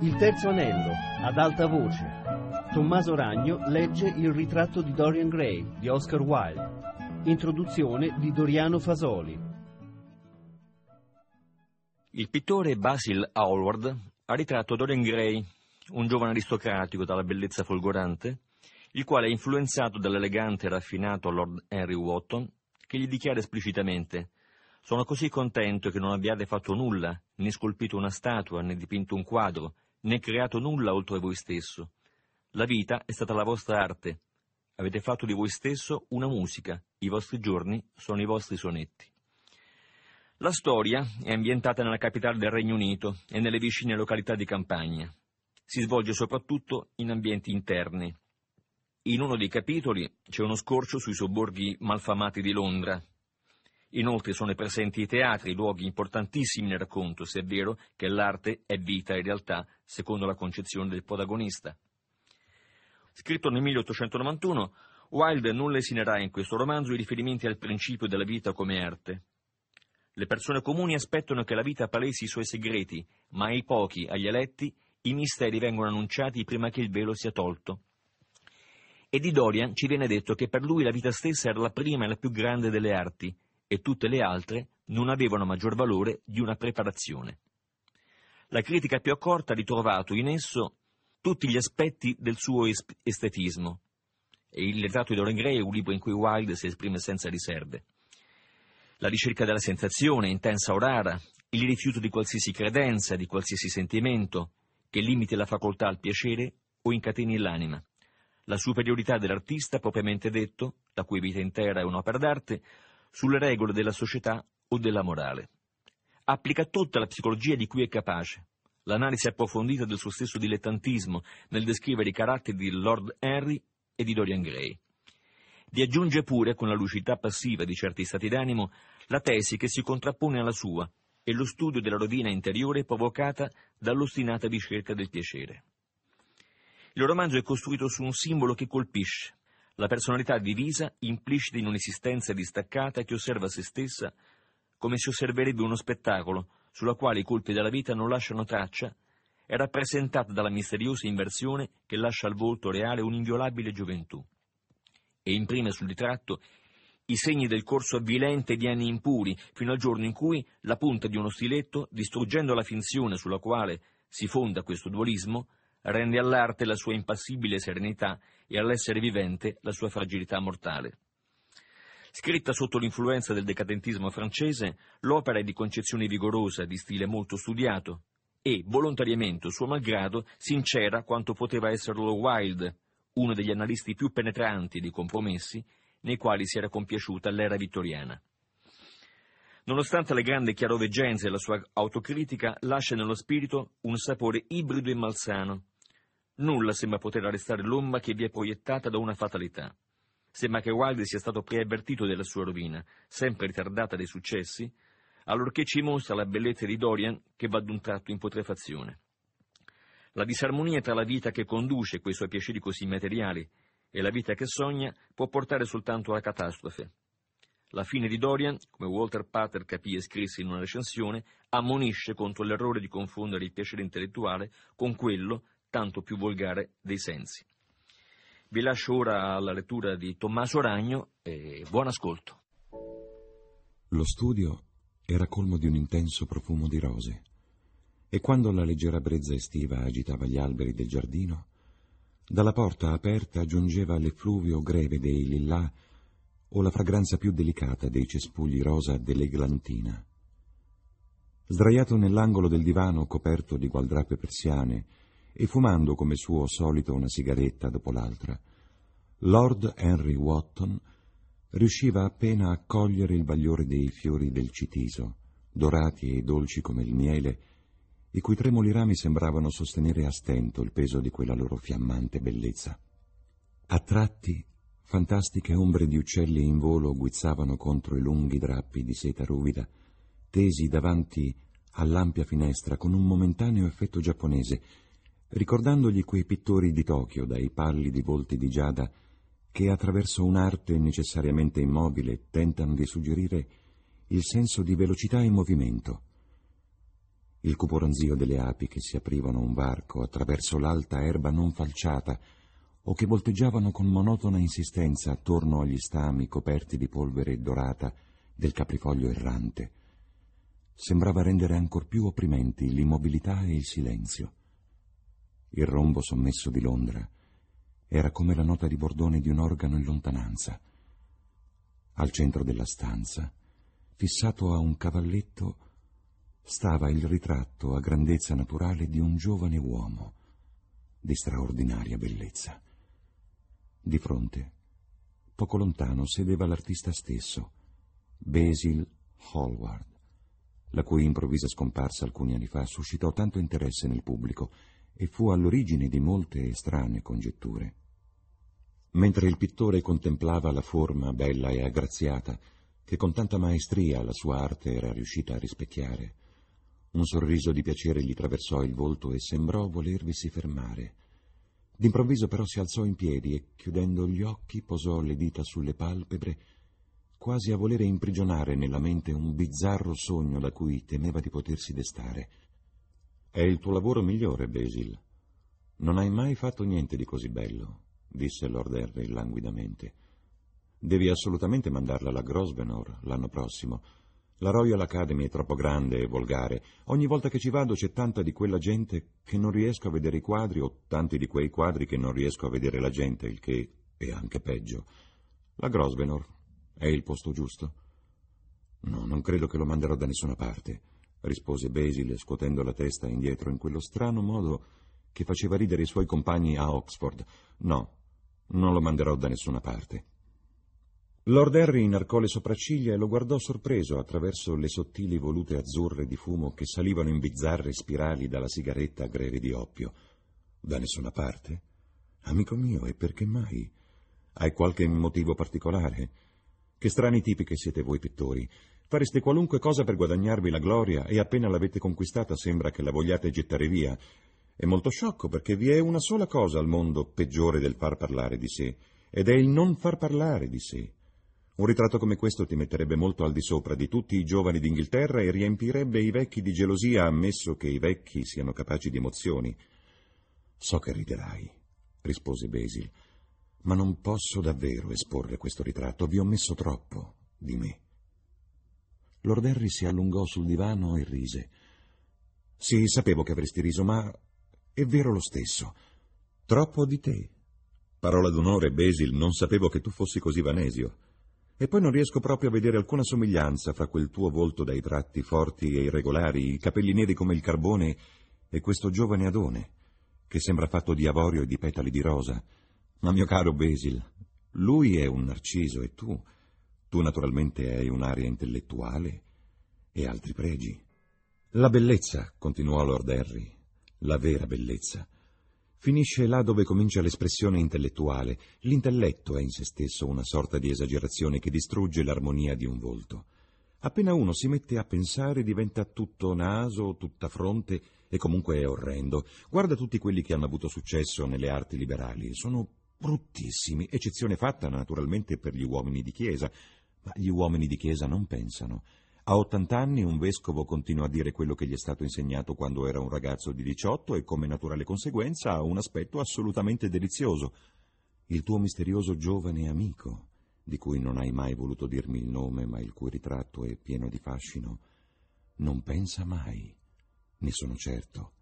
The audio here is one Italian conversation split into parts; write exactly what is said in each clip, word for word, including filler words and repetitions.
Il terzo anello, ad alta voce. Tommaso Ragno legge Il ritratto di Dorian Gray di Oscar Wilde. Introduzione di Doriano Fasoli. Il pittore Basil Hallward ha ritratto Dorian Gray, un giovane aristocratico dalla bellezza folgorante, il quale è influenzato dall'elegante e raffinato Lord Henry Wotton, che gli dichiara esplicitamente: «Sono così contento che non abbiate fatto nulla, né scolpito una statua, né dipinto un quadro, né creato nulla oltre voi stesso. La vita è stata la vostra arte. Avete fatto di voi stesso una musica. I vostri giorni sono i vostri sonetti». La storia è ambientata nella capitale del Regno Unito e nelle vicine località di campagna. Si svolge soprattutto in ambienti interni. In uno dei capitoli c'è uno scorcio sui sobborghi malfamati di Londra. Inoltre sono presenti i teatri, luoghi importantissimi nel racconto, se è vero che l'arte è vita in realtà, secondo la concezione del protagonista. Scritto nel milleottocentonovantuno, Wilde non lesinerà in questo romanzo i riferimenti al principio della vita come arte. Le persone comuni aspettano che la vita palesi i suoi segreti, ma ai pochi, agli eletti, i misteri vengono annunciati prima che il velo sia tolto. E di Dorian ci viene detto che per lui la vita stessa era la prima e la più grande delle arti, e tutte le altre non avevano maggior valore di una preparazione. La critica più accorta ha ritrovato in esso tutti gli aspetti del suo estetismo, e Il ritratto di Dorian Gray è un libro in cui Wilde si esprime senza riserve. La ricerca della sensazione, intensa o rara, il rifiuto di qualsiasi credenza, di qualsiasi sentimento, che limiti la facoltà al piacere o incateni l'anima. La superiorità dell'artista, propriamente detto, la cui vita intera è un'opera d'arte, sulle regole della società o della morale. Applica tutta la psicologia di cui è capace, l'analisi approfondita del suo stesso dilettantismo nel descrivere i caratteri di Lord Henry e di Dorian Gray. Vi aggiunge pure, con la lucidità passiva di certi stati d'animo, la tesi che si contrappone alla sua e lo studio della rovina interiore provocata dall'ostinata ricerca del piacere. Il romanzo è costruito su un simbolo che colpisce, la personalità divisa, implicita in un'esistenza distaccata che osserva se stessa come si osserverebbe uno spettacolo sulla quale i colpi della vita non lasciano traccia, è rappresentata dalla misteriosa inversione che lascia al volto reale un'inviolabile gioventù. E imprime sul ritratto i segni del corso avvilente di anni impuri, fino al giorno in cui la punta di uno stiletto, distruggendo la finzione sulla quale si fonda questo dualismo, rende all'arte la sua impassibile serenità e all'essere vivente la sua fragilità mortale. Scritta sotto l'influenza del decadentismo francese, l'opera è di concezione vigorosa, di stile molto studiato e, volontariamente o suo malgrado, sincera quanto poteva esserlo Wilde, uno degli analisti più penetranti dei compromessi nei quali si era compiaciuta l'era vittoriana. Nonostante le grandi chiaroveggenze e la sua autocritica, lascia nello spirito un sapore ibrido e malsano. Nulla sembra poter arrestare l'ombra che vi è proiettata da una fatalità. Sembra che Wilde sia stato preavvertito della sua rovina, sempre ritardata dai successi, allorché ci mostra la bellezza di Dorian che va d'un tratto in putrefazione. La disarmonia tra la vita che conduce quei suoi piaceri così materiali e la vita che sogna può portare soltanto alla catastrofe. La fine di Dorian, come Walter Pater capì e scrisse in una recensione, ammonisce contro l'errore di confondere il piacere intellettuale con quello, tanto più volgare, dei sensi. Vi lascio ora alla lettura di Tommaso Ragno e buon ascolto. Lo studio era colmo di un intenso profumo di rose, e quando la leggera brezza estiva agitava gli alberi del giardino, dalla porta aperta giungeva l'effluvio greve dei lillà o la fragranza più delicata dei cespugli rosa dell'eglantina. Sdraiato nell'angolo del divano coperto di gualdrappe persiane e fumando come suo solito una sigaretta dopo l'altra, Lord Henry Wotton riusciva appena a cogliere il bagliore dei fiori del citiso, dorati e dolci come il miele, i cui tremoli rami sembravano sostenere a stento il peso di quella loro fiammante bellezza. A tratti, fantastiche ombre di uccelli in volo guizzavano contro i lunghi drappi di seta ruvida, tesi davanti all'ampia finestra con un momentaneo effetto giapponese, ricordandogli quei pittori di Tokyo dai pallidi volti di giada che attraverso un'arte necessariamente immobile tentano di suggerire il senso di velocità e movimento. il cupo ronzio delle api che si aprivano un varco attraverso l'alta erba non falciata o che volteggiavano con monotona insistenza attorno agli stami coperti di polvere dorata del caprifoglio errante, sembrava rendere ancor più opprimenti l'immobilità e il silenzio. Il rombo sommesso di Londra era come la nota di bordone di un organo in lontananza. Al centro della stanza, fissato a un cavalletto, stava il ritratto a grandezza naturale di un giovane uomo di straordinaria bellezza. Di fronte, poco lontano, sedeva l'artista stesso, Basil Hallward, la cui improvvisa scomparsa alcuni anni fa suscitò tanto interesse nel pubblico e fu all'origine di molte e strane congetture. Mentre il pittore contemplava la forma bella e aggraziata che con tanta maestria la sua arte era riuscita a rispecchiare, un sorriso di piacere gli traversò il volto e sembrò volervisi fermare. D'improvviso però si alzò in piedi e, chiudendo gli occhi, posò le dita sulle palpebre, quasi a volere imprigionare nella mente un bizzarro sogno da cui temeva di potersi destare. «È il tuo lavoro migliore, Basil. Non hai mai fatto niente di così bello», disse Lord Henry languidamente. «Devi assolutamente mandarla alla Grosvenor l'anno prossimo. La Royal Academy è troppo grande e volgare. Ogni volta che ci vado c'è tanta di quella gente che non riesco a vedere i quadri o tanti di quei quadri che non riesco a vedere la gente, il che è anche peggio. La Grosvenor è il posto giusto?» «No, non credo che lo manderò da nessuna parte», rispose Basil, scuotendo la testa indietro in quello strano modo che faceva ridere i suoi compagni a Oxford. «No, non lo manderò da nessuna parte». Lord Henry inarcò le sopracciglia e lo guardò sorpreso attraverso le sottili volute azzurre di fumo che salivano in bizzarre spirali dalla sigaretta a greve di oppio. «Da nessuna parte? Amico mio, e perché mai? Hai qualche motivo particolare? Che strani tipi che siete voi pittori. Fareste qualunque cosa per guadagnarvi la gloria e appena l'avete conquistata sembra che la vogliate gettare via. È molto sciocco perché vi è una sola cosa al mondo peggiore del far parlare di sé, ed è il non far parlare di sé. Un ritratto come questo ti metterebbe molto al di sopra di tutti i giovani d'Inghilterra e riempirebbe i vecchi di gelosia, ammesso che i vecchi siano capaci di emozioni». «So che riderai», rispose Basil, «ma non posso davvero esporre questo ritratto. Vi ho messo troppo di me». Lord Henry si allungò sul divano e rise. «Sì, sapevo che avresti riso, ma è vero lo stesso. Troppo di te. Parola d'onore, Basil, non sapevo che tu fossi così vanesio. E poi non riesco proprio a vedere alcuna somiglianza fra quel tuo volto dai tratti forti e irregolari, i capelli neri come il carbone, e questo giovane Adone, che sembra fatto di avorio e di petali di rosa. Ma mio caro Basil, lui è un narciso e tu, tu naturalmente hai un'aria intellettuale e altri pregi». «La bellezza», continuò Lord Henry, «la vera bellezza, finisce là dove comincia l'espressione intellettuale. L'intelletto è in se stesso una sorta di esagerazione che distrugge l'armonia di un volto. Appena uno si mette a pensare diventa tutto naso, tutta fronte e comunque è orrendo. Guarda tutti quelli che hanno avuto successo nelle arti liberali. Sono bruttissimi, eccezione fatta naturalmente per gli uomini di chiesa. Ma gli uomini di chiesa non pensano. A ottant'anni un vescovo continua a dire quello che gli è stato insegnato quando era un ragazzo di diciotto e come naturale conseguenza ha un aspetto assolutamente delizioso. Il tuo misterioso giovane amico, di cui non hai mai voluto dirmi il nome ma il cui ritratto è pieno di fascino, non pensa mai, ne sono certo.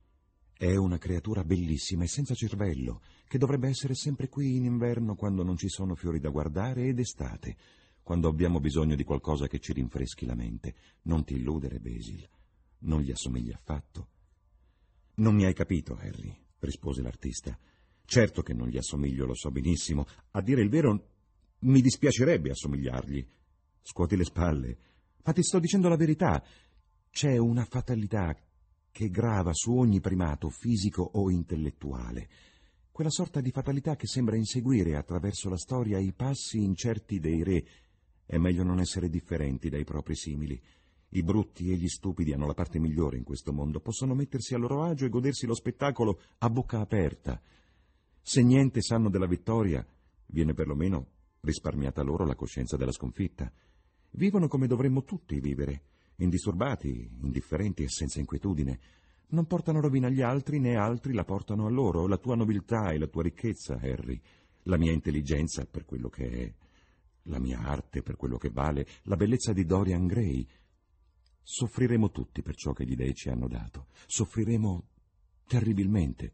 È una creatura bellissima e senza cervello, che dovrebbe essere sempre qui in inverno quando non ci sono fiori da guardare ed estate, quando abbiamo bisogno di qualcosa che ci rinfreschi la mente. Non ti illudere, Basil, non gli assomiglia affatto». «Non mi hai capito, Harry», rispose l'artista. «Certo che non gli assomiglio, lo so benissimo. A dire il vero, mi dispiacerebbe assomigliargli». «Scuoti le spalle. Ma ti sto dicendo la verità. C'è una fatalità che grava su ogni primato fisico o intellettuale. Quella sorta di fatalità che sembra inseguire attraverso la storia i passi incerti dei re. È meglio non essere differenti dai propri simili. I brutti e gli stupidi hanno la parte migliore in questo mondo. Possono mettersi a loro agio e godersi lo spettacolo a bocca aperta. Se niente sanno della vittoria, viene perlomeno risparmiata loro la coscienza della sconfitta. Vivono come dovremmo tutti vivere, indisturbati, indifferenti e senza inquietudine. Non portano rovina agli altri, né altri la portano a loro. La tua nobiltà e la tua ricchezza, Harry, la mia intelligenza per quello che è, la mia arte per quello che vale, la bellezza di Dorian Gray. Soffriremo tutti per ciò che gli dei ci hanno dato. Soffriremo terribilmente.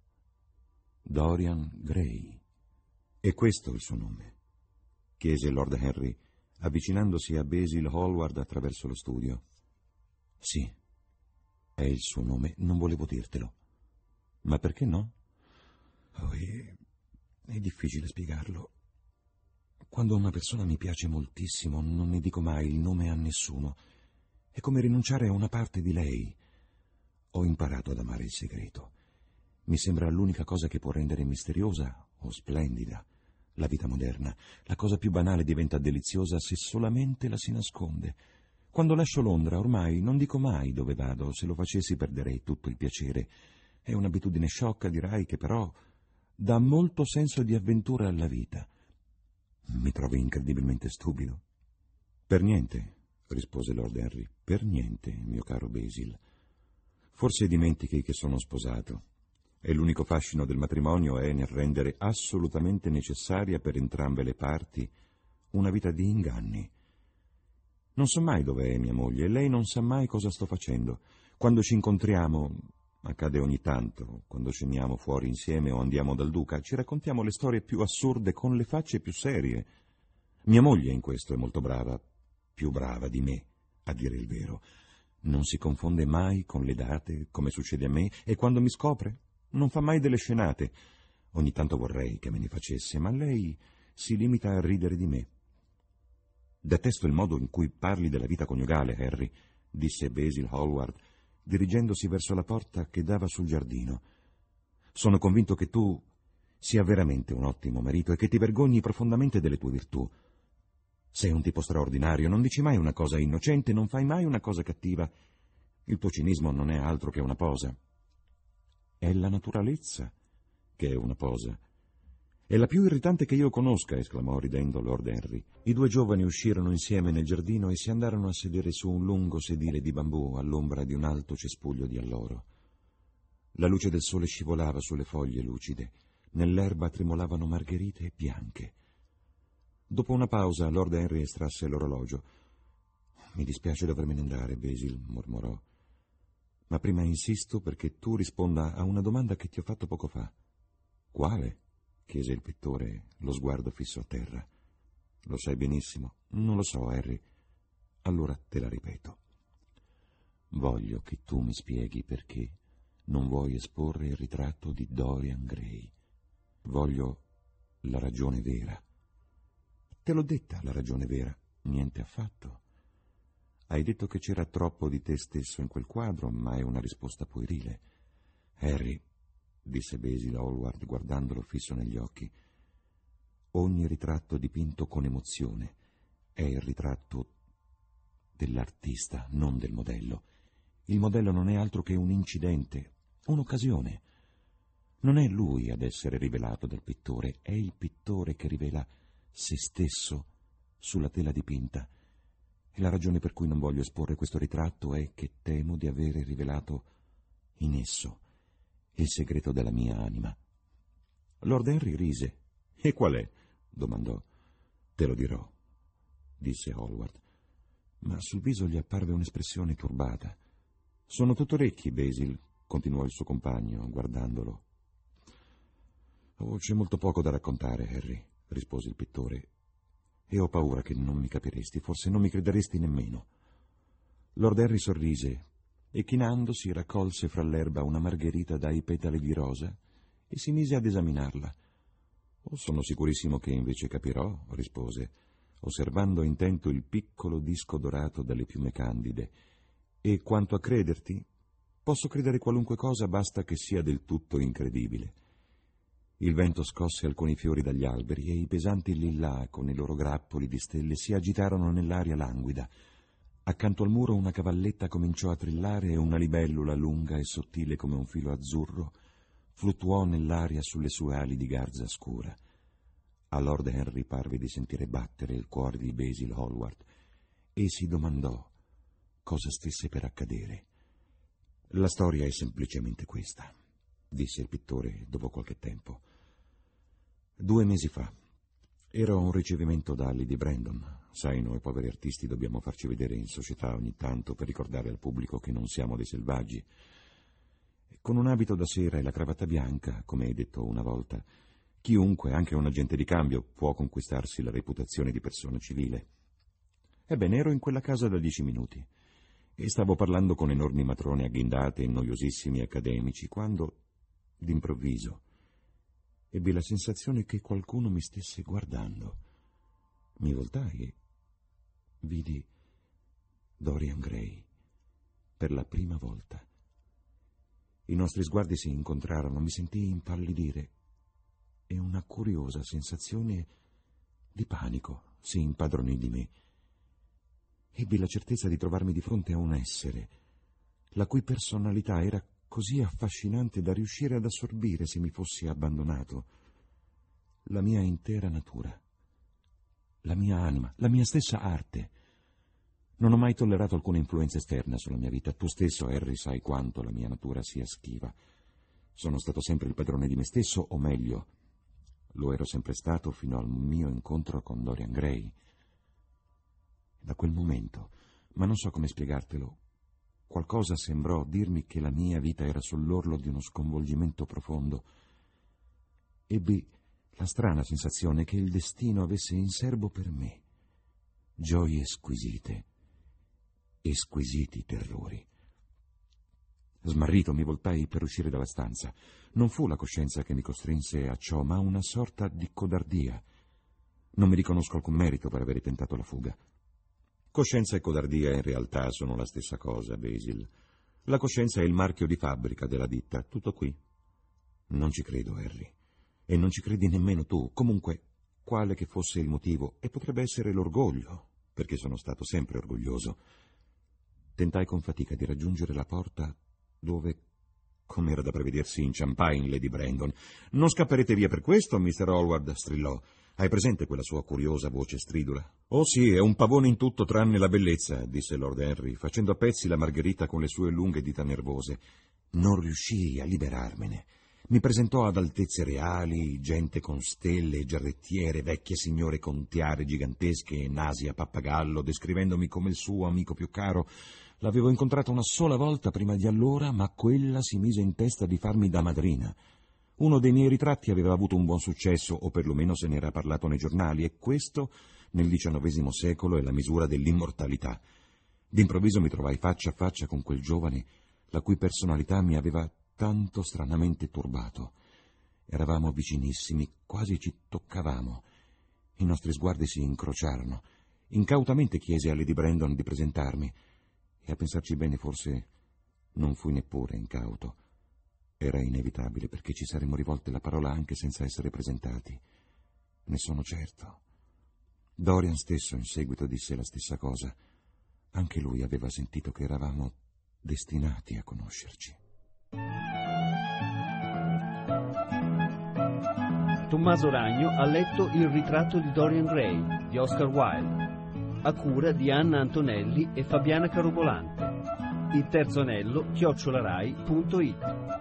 Dorian Gray. E questo è il suo nome? Chiese Lord Henry, avvicinandosi a Basil Hallward attraverso lo studio. Sì, è il suo nome, non volevo dirtelo. Ma perché no? Oh, è, è difficile spiegarlo. Quando una persona mi piace moltissimo, non ne dico mai il nome a nessuno. È come rinunciare a una parte di lei. Ho imparato ad amare il segreto. Mi sembra l'unica cosa che può rendere misteriosa o splendida la vita moderna. La cosa più banale diventa deliziosa se solamente la si nasconde. Quando lascio Londra, ormai non dico mai dove vado. Se lo facessi perderei tutto il piacere. È un'abitudine sciocca, dirai, che però dà molto senso di avventura alla vita. Mi trovi incredibilmente stupido? Per niente, rispose Lord Henry. Per niente, mio caro Basil. Forse dimentichi che sono sposato. E l'unico fascino del matrimonio è nel rendere assolutamente necessaria per entrambe le parti una vita di inganni. Non so mai dove è mia moglie e lei non sa mai cosa sto facendo. Quando ci incontriamo, accade ogni tanto, quando ceniamo fuori insieme o andiamo dal duca, ci raccontiamo le storie più assurde con le facce più serie. Mia moglie in questo è molto brava, più brava di me, a dire il vero. Non si confonde mai con le date, come succede a me, e quando mi scopre non fa mai delle scenate. Ogni tanto vorrei che me ne facesse, ma lei si limita a ridere di me. Detesto il modo in cui parli della vita coniugale, Harry, disse Basil Hallward, dirigendosi verso la porta che dava sul giardino. Sono convinto che tu sia veramente un ottimo marito e che ti vergogni profondamente delle tue virtù. Sei un tipo straordinario, non dici mai una cosa innocente, non fai mai una cosa cattiva. Il tuo cinismo non è altro che una posa. È la naturalezza che è una posa. È la più irritante che io conosca, esclamò ridendo Lord Henry. I due giovani uscirono insieme nel giardino e si andarono a sedere su un lungo sedile di bambù all'ombra di un alto cespuglio di alloro. La luce del sole scivolava sulle foglie lucide, nell'erba tremolavano margherite bianche. Dopo una pausa Lord Henry estrasse l'orologio. Mi dispiace dovermene andare, Basil, mormorò. Ma prima insisto perché tu risponda a una domanda che ti ho fatto poco fa. Quale? Chiese il pittore, lo sguardo fisso a terra. Lo sai benissimo. Non lo so, Harry. Allora te la ripeto. Voglio che tu mi spieghi perché non vuoi esporre il ritratto di Dorian Gray. Voglio la ragione vera. Te l'ho detta, la ragione vera. Niente affatto. Hai detto che c'era troppo di te stesso in quel quadro, ma è una risposta puerile. Harry, disse Basil Hallward guardandolo fisso negli occhi, ogni ritratto dipinto con emozione è il ritratto dell'artista, non del modello. Il modello non è altro che un incidente, un'occasione. Non è lui ad essere rivelato dal pittore, è il pittore che rivela se stesso sulla tela dipinta. E la ragione per cui non voglio esporre questo ritratto è che temo di avere rivelato in esso il segreto della mia anima. Lord Henry rise. E qual è? Domandò. Te lo dirò, disse Hallward, ma sul viso gli apparve un'espressione turbata. Sono tutto orecchi, Basil, continuò il suo compagno, guardandolo. Oh, c'è molto poco da raccontare, Harry, rispose il pittore, e ho paura che non mi capiresti, forse non mi crederesti nemmeno. Lord Henry sorrise e chinandosi raccolse fra l'erba una margherita dai petali di rosa e si mise ad esaminarla. Oh, sono sicurissimo che invece capirò, rispose, osservando intento il piccolo disco dorato dalle piume candide. E quanto a crederti, posso credere qualunque cosa, basta che sia del tutto incredibile. Il vento scosse alcuni fiori dagli alberi e i pesanti lillà, con i loro grappoli di stelle, si agitarono nell'aria languida. Accanto al muro una cavalletta cominciò a trillare e una libellula lunga e sottile come un filo azzurro fluttuò nell'aria sulle sue ali di garza scura. A Lord Henry parve di sentire battere il cuore di Basil Hallward e si domandò cosa stesse per accadere. La storia è semplicemente questa, disse il pittore dopo qualche tempo. Due mesi fa ero a un ricevimento da Lady Brandon. Sai, noi poveri artisti dobbiamo farci vedere in società ogni tanto per ricordare al pubblico che non siamo dei selvaggi. Con un abito da sera e la cravatta bianca, come hai detto una volta, chiunque, anche un agente di cambio, può conquistarsi la reputazione di persona civile. Ebbene, ero in quella casa da dieci minuti e stavo parlando con enormi matrone agghindate e noiosissimi accademici quando, d'improvviso, ebbi la sensazione che qualcuno mi stesse guardando. Mi voltai e vidi Dorian Gray per la prima volta. I nostri sguardi si incontrarono, mi sentii impallidire e una curiosa sensazione di panico si impadronì di me. Ebbi la certezza di trovarmi di fronte a un essere, la cui personalità era così affascinante da riuscire ad assorbire se mi fossi abbandonato la mia intera natura, la mia anima, la mia stessa arte. Non ho mai tollerato alcuna influenza esterna sulla mia vita. Tu stesso, Harry, sai quanto la mia natura sia schiva. Sono stato sempre il padrone di me stesso, o meglio, lo ero sempre stato fino al mio incontro con Dorian Gray. Da quel momento, ma non so come spiegartelo, qualcosa sembrò dirmi che la mia vita era sull'orlo di uno sconvolgimento profondo. Ebbi la strana sensazione che il destino avesse in serbo per me gioie squisite e squisiti terrori. Smarrito mi voltai per uscire dalla stanza. Non fu la coscienza che mi costrinse a ciò, ma una sorta di codardia. Non mi riconosco alcun merito per avere tentato la fuga. Coscienza e codardia in realtà sono la stessa cosa, Basil. La coscienza è il marchio di fabbrica della ditta, tutto qui. Non ci credo, Harry, e non ci credi nemmeno tu. Comunque, quale che fosse il motivo, e potrebbe essere l'orgoglio, perché sono stato sempre orgoglioso, tentai con fatica di raggiungere la porta dove, come era da prevedersi, inciampai in Lady Brandon. «Non scapperete via per questo, mister Hallward», strillò. «Hai presente quella sua curiosa voce stridula?» «Oh sì, è un pavone in tutto tranne la bellezza», disse Lord Henry, facendo a pezzi la margherita con le sue lunghe dita nervose. Non riuscii a liberarmene. Mi presentò ad altezze reali, gente con stelle, giarrettiere, vecchie signore con tiare gigantesche e nasi a pappagallo, descrivendomi come il suo amico più caro. L'avevo incontrata una sola volta prima di allora, ma quella si mise in testa di farmi da madrina. Uno dei miei ritratti aveva avuto un buon successo, o perlomeno se n'era parlato nei giornali, e questo, nel diciannovesimo secolo, è la misura dell'immortalità. D'improvviso mi trovai faccia a faccia con quel giovane, la cui personalità mi aveva tanto stranamente turbato. Eravamo vicinissimi, quasi ci toccavamo. I nostri sguardi si incrociarono. Incautamente chiesi a Lady Brandon di presentarmi, e a pensarci bene forse non fui neppure incauto. Era inevitabile, perché ci saremmo rivolte la parola anche senza essere presentati. Ne sono certo. Dorian stesso in seguito disse la stessa cosa. Anche lui aveva sentito che eravamo destinati a conoscerci. Tommaso Ragno ha letto Il ritratto di Dorian Gray di Oscar Wilde, a cura di Anna Antonelli e Fabiana Carobolante. Il terzo anello, chiocciolarai punto it.